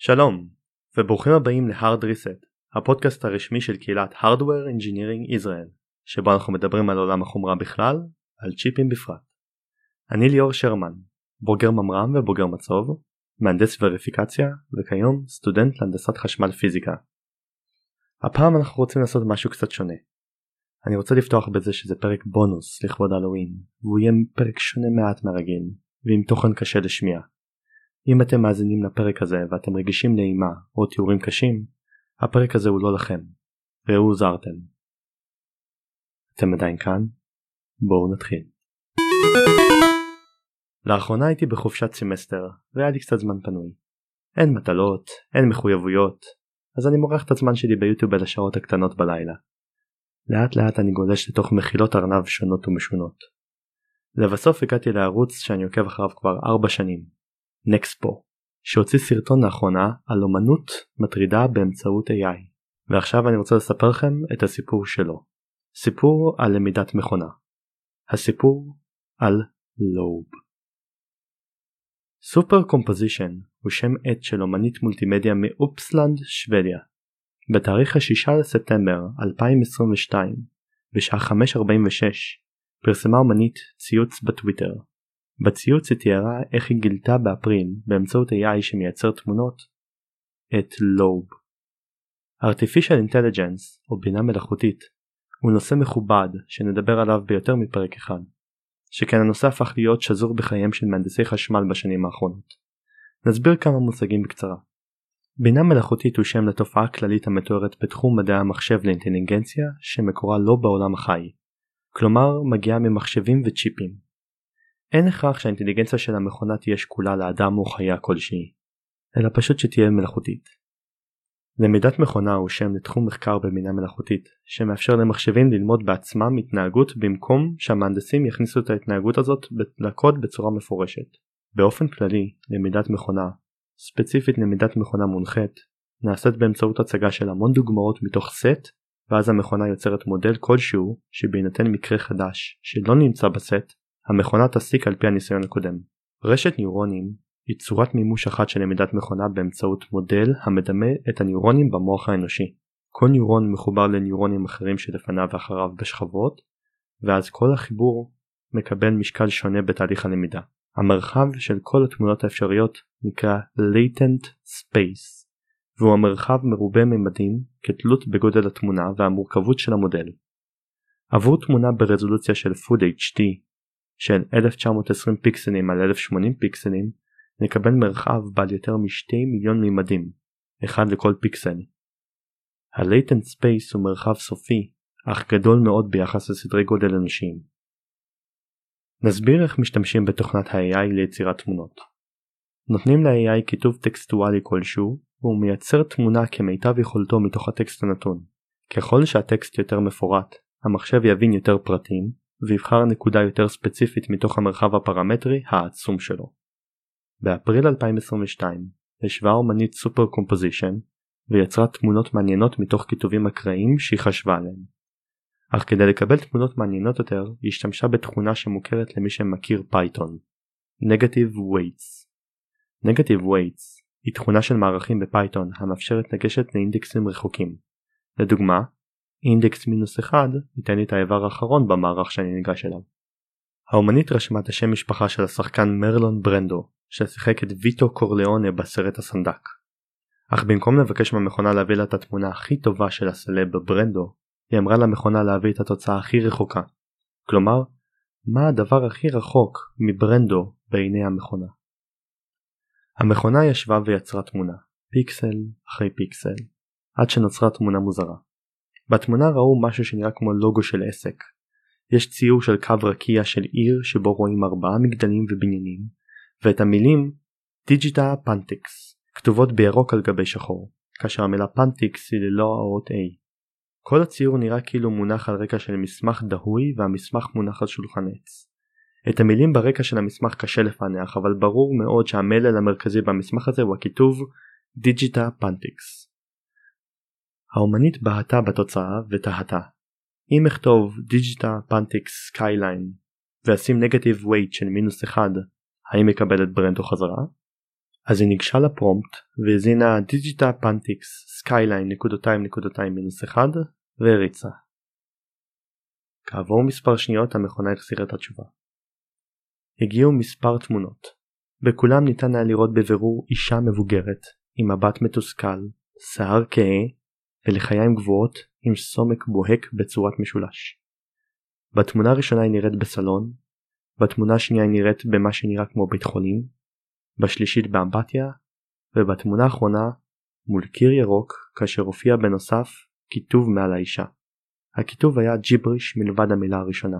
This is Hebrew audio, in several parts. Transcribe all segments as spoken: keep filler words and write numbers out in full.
שלום, וברוכים הבאים ל-Hard Reset, הפודקאסט הרשמי של קהילת Hardware Engineering Israel, שבו אנחנו מדברים על עולם החומרה בכלל, על צ'יפים בפרט. אני ליאור שרמן, בוגר ממר"ם ובוגר מצוב, מהנדס וריפיקציה, וכיום סטודנט להנדסת חשמל פיזיקה. הפעם אנחנו רוצים לעשות משהו קצת שונה. אני רוצה לפתוח בזה שזה פרק בונוס לכבוד הלואוין, והוא יהיה פרק שונה מעט מהרגיל, ועם תוכן קשה לשמיעה. אם אתם מאזינים לפרק הזה ואתם רגישים לאימה או תיאורים קשים, הפרק הזה הוא לא לכם. ראו זרתם. אתם עדיין כאן? בואו נתחיל. לאחרונה הייתי בחופשת סמסטר והיה לי קצת זמן פנוי. אין מטלות, אין מחויבויות, אז אני מורח את הזמן שלי ביוטיוב על השעות הקטנות בלילה. לאט לאט אני גולש לתוך מחילות ארנב שונות ומשונות. לבסוף הגעתי לערוץ שאני עוקב אחריו כבר ארבע שנים. נקספו, שהוציא סרטון לאחרונה על אומנות מטרידה באמצעות איי איי, ועכשיו אני רוצה לספר לכם את הסיפור שלו. סיפור על למידת מכונה. הסיפור על לוב. סופר קומפוזישן הוא שם עט של אומנית מולטימדיה מאופסלנד, שוודיה. בתאריך השישה לספטמבר אלפיים עשרים ושתיים, בשעה חמש ארבעים ושש, פרסמה אומנית ציוץ בטוויטר. בציוץ היא תיארה איך היא גילתה באפריל באמצעות איי איי שמייצר תמונות את לוב. Artificial Intelligence או בינה מלאכותית הוא נושא מכובד שנדבר עליו ביותר מפרק אחד, שכן הנושא הפך להיות שזור בחייהם של מהנדסי חשמל בשנים האחרונות. נסביר כמה מושגים בקצרה. בינה מלאכותית הוא שם לתופעה כללית המתוארת בתחום מדעי המחשב לאינטליגנציה שמקורה לא בעולם החי, כלומר מגיעה ממחשבים וצ'יפים. אין הכרח שהאינטליגנציה של המכונה תהיה שקולה לאדם או חיה כלשהי, אלא פשוט שתהיה מלאכותית. למידת מכונה הוא שם לתחום מחקר בבינה מלאכותית, שמאפשר למחשבים ללמוד בעצמם התנהגות במקום שהמהנדסים יכניסו את ההתנהגות הזאת לקוד בצורה מפורשת. באופן כללי, למידת מכונה, ספציפית למידת מכונה מונחית, נעשית באמצעות הצגה של המון דוגמאות מתוך סט, ואז המכונה יוצרת מודל כלשהו שבהינתן מקרה חדש שלא נמצא בסט, המכונה תסיק על פי הניסיון הקודם. רשת ניורונים היא צורת מימוש אחת של למידת מכונה באמצעות מודל המדמה את הניורונים במוח האנושי. כל ניורון מחובר לניורונים אחרים שלפניו ואחריו בשכבות, ואז כל החיבור מקבל משקל שונה בתהליך הלמידה. המרחב של כל התמונות האפשריות נקרא latent space, והוא המרחב מרובה ממדים כתלות בגודל התמונה והמורכבות של המודל. עבור תמונה ברזולוציה של Full אייץ' די של אלף תשע מאות ועשרים פיקסלים על אלף שמונים פיקסלים, נקבל מרחב בעל יותר משתי מיליון מימדים, אחד לכל פיקסל. ה-latent space הוא מרחב סופי, אך גדול מאוד ביחס לסדרי גודל אנושיים. נסביר איך משתמשים בתוכנת ה-איי איי ליצירת תמונות. נותנים ל-איי איי כיתוב טקסטואלי כלשהו, והוא מייצר תמונה כמיטב יכולתו מתוך הטקסט הנתון. ככל שהטקסט יותר מפורט, המחשב יבין יותר פרטים, ויבחר נקודה יותר ספציפית מתוך המרחב הפרמטרי העצום שלו. באפריל אלפיים עשרים ושתיים השווה אומנית סופר קומפוזישן ויצרה תמונות מעניינות מתוך כיתובים אקראיים שהיא חשבה עליהם. אך כדי לקבל תמונות מעניינות יותר היא השתמשה בתכונה שמוכרת למי שמכיר פייתון, Negative Weights. Negative Weights היא תכונה של מערכים בפייתון המאפשרת לגשת לאינדקסים רחוקים. לדוגמה, אינדקס מינוס אחד ייתן לי את האיבר האחרון במערך שאני ניגש אליו. האומנית רשמה את השם משפחה של השחקן מרלון ברנדו, ששיחק את ויטו קורליאונה בסרט הסנדק. אך במקום לבקש מהמכונה להביא לה את התמונה הכי טובה של הסלב ברנדו, היא אמרה למכונה להביא את התוצאה הכי רחוקה. כלומר, מה הדבר הכי רחוק מברנדו בעיני המכונה? המכונה ישבה ויצרה תמונה, פיקסל אחרי פיקסל, עד שנוצרה תמונה מוזרה. בתמונה ראו משהו שנראה כמו לוגו של עסק. יש ציור של קו רקיע של עיר שבו רואים ארבעה מגדלים ובניינים, ואת המילים דיג'יטה פנטיקס כתובות בירוק על גבי שחור, כאשר המילה פנטיקס היא ללא האות A. כל הציור נראה כאילו מונח על רקע של מסמך דהוי והמסמך מונח על שולחן עץ. את המילים ברקע של המסמך קשה לפענח, אבל ברור מאוד שהמלל המרכזי במסמך הזה הוא הכיתוב דיג'יטה פנטיקס. האומנית בהתה בתוצאה ותהתה. אם אכתוב דיג'יטה פנטיקס סקייליין ואשים נגטיב ווייט של מינוס אחד, האם מקבל את ברנדו חזרה? אז היא ניגשה לפרומפט והזינה דיג'יטה פנטיקס סקייליין נקודותיים נקודותיים מינוס אחד והריצה. כעבור מספר שניות המכונה החזירה את התשובה. הגיעו מספר תמונות. בכולם ניתן היה לראות בבירור אישה מבוגרת עם מבט מתוסכל, שיער כהה ולחיים גבוהות עם סומק בוהק בצורת משולש. בתמונה הראשונה היא נראית בסלון, בתמונה השנייה היא נראית במה שנראה כמו בית חולים, בשלישית באמבטיה, ובתמונה האחרונה מול קיר ירוק כאשר הופיע בנוסף כיתוב מעל האישה. הכיתוב היה ג'יבריש מלבד המילה הראשונה.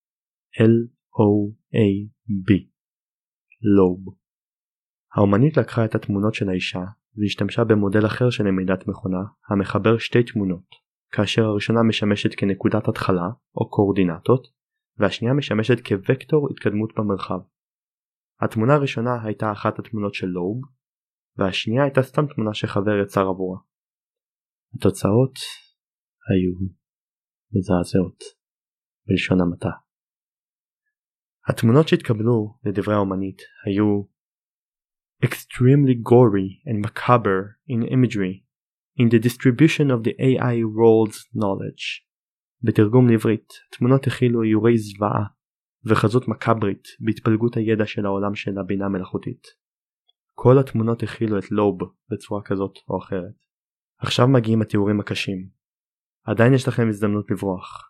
L-O-A-B לוב. האומנית לקחה את התמונות של האישה והשתמשה במודל אחר של למידת מכונה המחבר שתי תמונות, כאשר הראשונה משמשת כנקודת התחלה או קואורדינטות והשנייה משמשת כווקטור התקדמות במרחב. התמונה הראשונה הייתה אחת התמונות של לוב והשנייה הייתה סתם תמונה שחבר יצר עבורה. התוצאות היו מזעזעות בלשון המעטה. התמונות שהתקבלו לדברי האומנית היו extremely gory and macabre in imagery in the distribution of the A I world's knowledge. בתרגום לעברית, תמונות הכילו איורי זוועה וחזות מקברית בהתפלגות הידע של העולם של הבינה מלאכותית. כל התמונות הכילו את לוב בצורה כזאת או אחרת. עכשיו מגיעים התיאורים הקשים. עדיין יש לכם הזדמנות לברוח.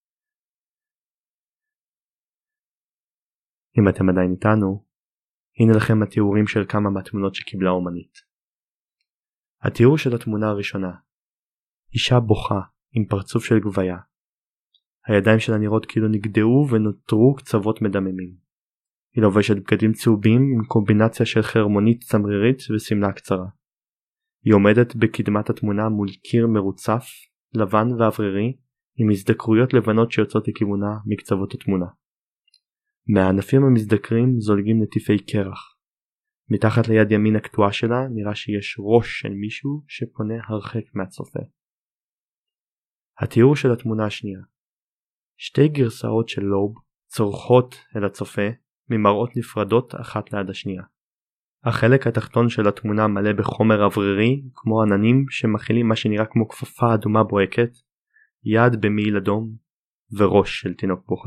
אם אתם עדיין איתנו, הנה לכם התיאורים של כמה מהתמונות שקיבלה האומנית. התיאור של התמונה הראשונה, אישה בוכה עם פרצוף של גוויה. הידיים שלה נראות כאילו נגדעו ונותרו קצוות מדממים. היא לובשת בגדים צהובים עם קומבינציה של חרמונית צמרירית וסמלה קצרה. היא עומדת בקדמת התמונה מול קיר מרוצף, לבן ואוורירי, עם הזדקרויות לבנות שיוצאות לכיוונה מקצוות התמונה. מהענפים המזדקרים זולגים נטיפי קרח. מתחת ליד ימין הקטועה שלה נראה שיש ראש של מישהו שפונה הרחק מהצופה. התיאור של התמונה השנייה. שתי גרסאות של לוב צורכות אל הצופה ממראות נפרדות אחת ליד השנייה. החלק התחתון של התמונה מלא בחומר אוורירי כמו עננים שמכילים מה שנראה כמו כפפה אדומה בוהקת, יד במעיל אדום וראש של תינוק בוכה.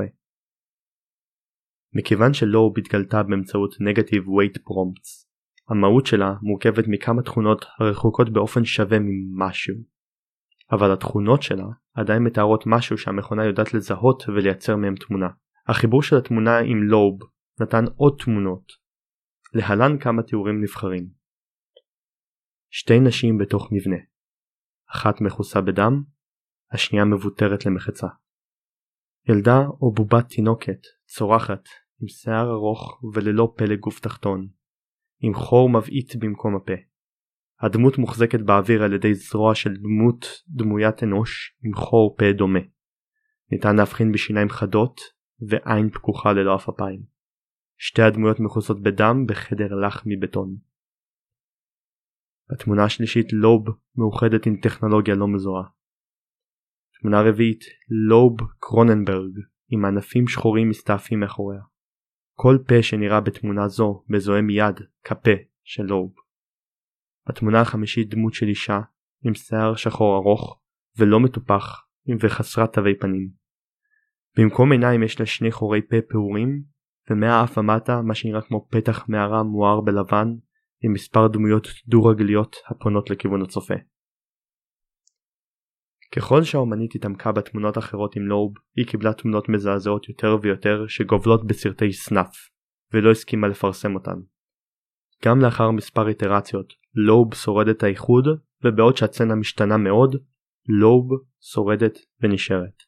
מכיוון שלוב התגלתה באמצעות Negative Weight Prompts, המהות שלה מורכבת מכמה תכונות הרחוקות באופן שווה ממשהו. אבל התכונות שלה עדיין מתארות משהו שהמכונה יודעת לזהות ולייצר מהם תמונה. החיבור של התמונה עם לוב נתן עוד תמונות. להלן כמה תיאורים נבחרים. שתי נשים בתוך מבנה. אחת מכוסה בדם, השנייה מבוטרת למחצה. ילדה או בובת תינוקת צורחת עם שיער ארוך וללא פלג גוף תחתון, עם חור מבעית במקום הפה. הדמות מוחזקת באוויר על ידי זרוע של דמות דמוית אנוש עם חור פה דומה. ניתן להבחין בשיניים חדות ועין פקוחה ללא אפיים. שתי הדמויות מכוסות בדם בחדר לח מבטון. בתמונה השלישית לוב מאוחדת עם טכנולוגיה לא מזוהה. תמונה רביעית לוב קרוננברג עם ענפים שחורים מסתעפים מאחוריה. כל פה שנראה בתמונה זו מזוהה מיד כפה של לוב. בתמונה החמישית דמות של אישה עם שיער שחור ארוך ולא מטופח וחסרת תווי פנים. במקום עיניים יש לה שני חורי פה פעורים ומהאף ומטה מה שנראה כמו פתח מערה מואר בלבן עם מספר דמויות דו-רגליות הפונות לכיוון הצופה. ככל שהאומנית התעמקה בתמונות אחרות עם לוב, היא קיבלה תמונות מזעזעות יותר ויותר שגובלות בסרטי סנאפ, ולא הסכימה לפרסם אותן. גם לאחר מספר איטרציות, לוב שורדת האיחוד, ובעוד שהצצנה משתנה מאוד, לוב שורדת ונשארת.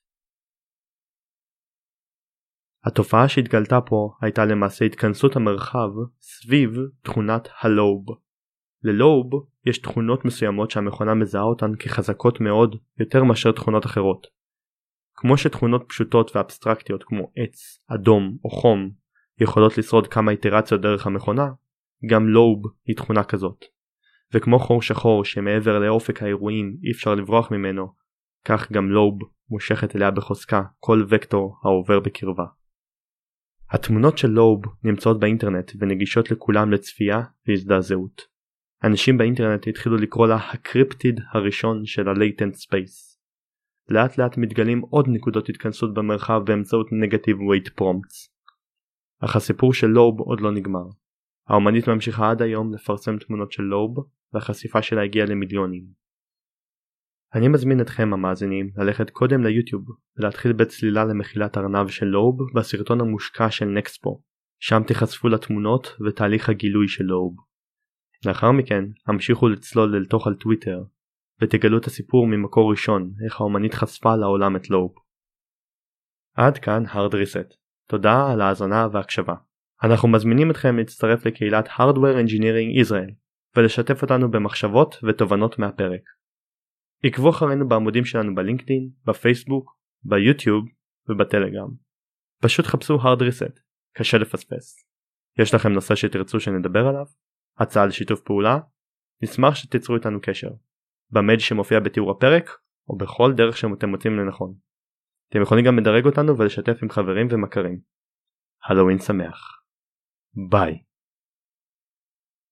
התופעה שהתגלתה פה הייתה למעשה התכנסות המרחב סביב תכונת הלוב. ללוב יש תכונות מסוימות שהמכונה מזהה אותן כחזקות מאוד יותר מאשר תכונות אחרות. כמו שתכונות פשוטות ואבסטרקטיות כמו עץ, אדום או חום יכולות לשרוד כמה איטרציות דרך המכונה, גם לוב היא תכונה כזאת. וכמו חור שחור שמעבר לאופק האירועים אי אפשר לברוח ממנו, כך גם לוב מושכת אליה בחוזקה כל וקטור העובר בקרבה. התמונות של לוב נמצאות באינטרנט ונגישות לכולם לצפייה והזדעזעות. אנשים באינטרנט התחילו לקרוא לה הקריפטיד הראשון של ה-latent space. לאט לאט מתגלים עוד נקודות התכנסות במרחב באמצעות negative weight prompts. אך הסיפור של לוב עוד לא נגמר. האומנית ממשיכה עד היום לפרסם תמונות של לוב, והחשיפה שלה הגיעה למיליונים. אני מזמין אתכם המאזינים ללכת קודם ליוטיוב ולהתחיל בצלילה למחילת ארנב של לוב בסרטון המושקע של נקספו, שם תחשפו לתמונות ותהליך הגילוי של לוב. לאחר מכן המשיכו לצלול אל תוך על טוויטר ותגלו את הסיפור ממקור ראשון, איך האומנית חשפה לעולם את לוב. עד כאן Hard Reset. תודה על ההאזנה וההקשבה. אנחנו מזמינים אתכם להצטרף לקהילת Hardware Engineering Israel ולשתף אותנו במחשבות ותובנות מהפרק. עקבו אחרינו בעמודים שלנו בלינקדין, בפייסבוק, ביוטיוב ובטלגרם. פשוט חפשו Hard Reset, קשה לפספס. יש לכם נושא שתרצו שנדבר עליו? הצעה לשיתוף פעולה? נשמח שתיצרו איתנו קשר, במייל שמופיע בתיאור הפרק או בכל דרך שאתם מוצאים לנכון. אתם יכולים גם לדרג אותנו ולשתף עם חברים ומכרים. הלואוין שמח. ביי.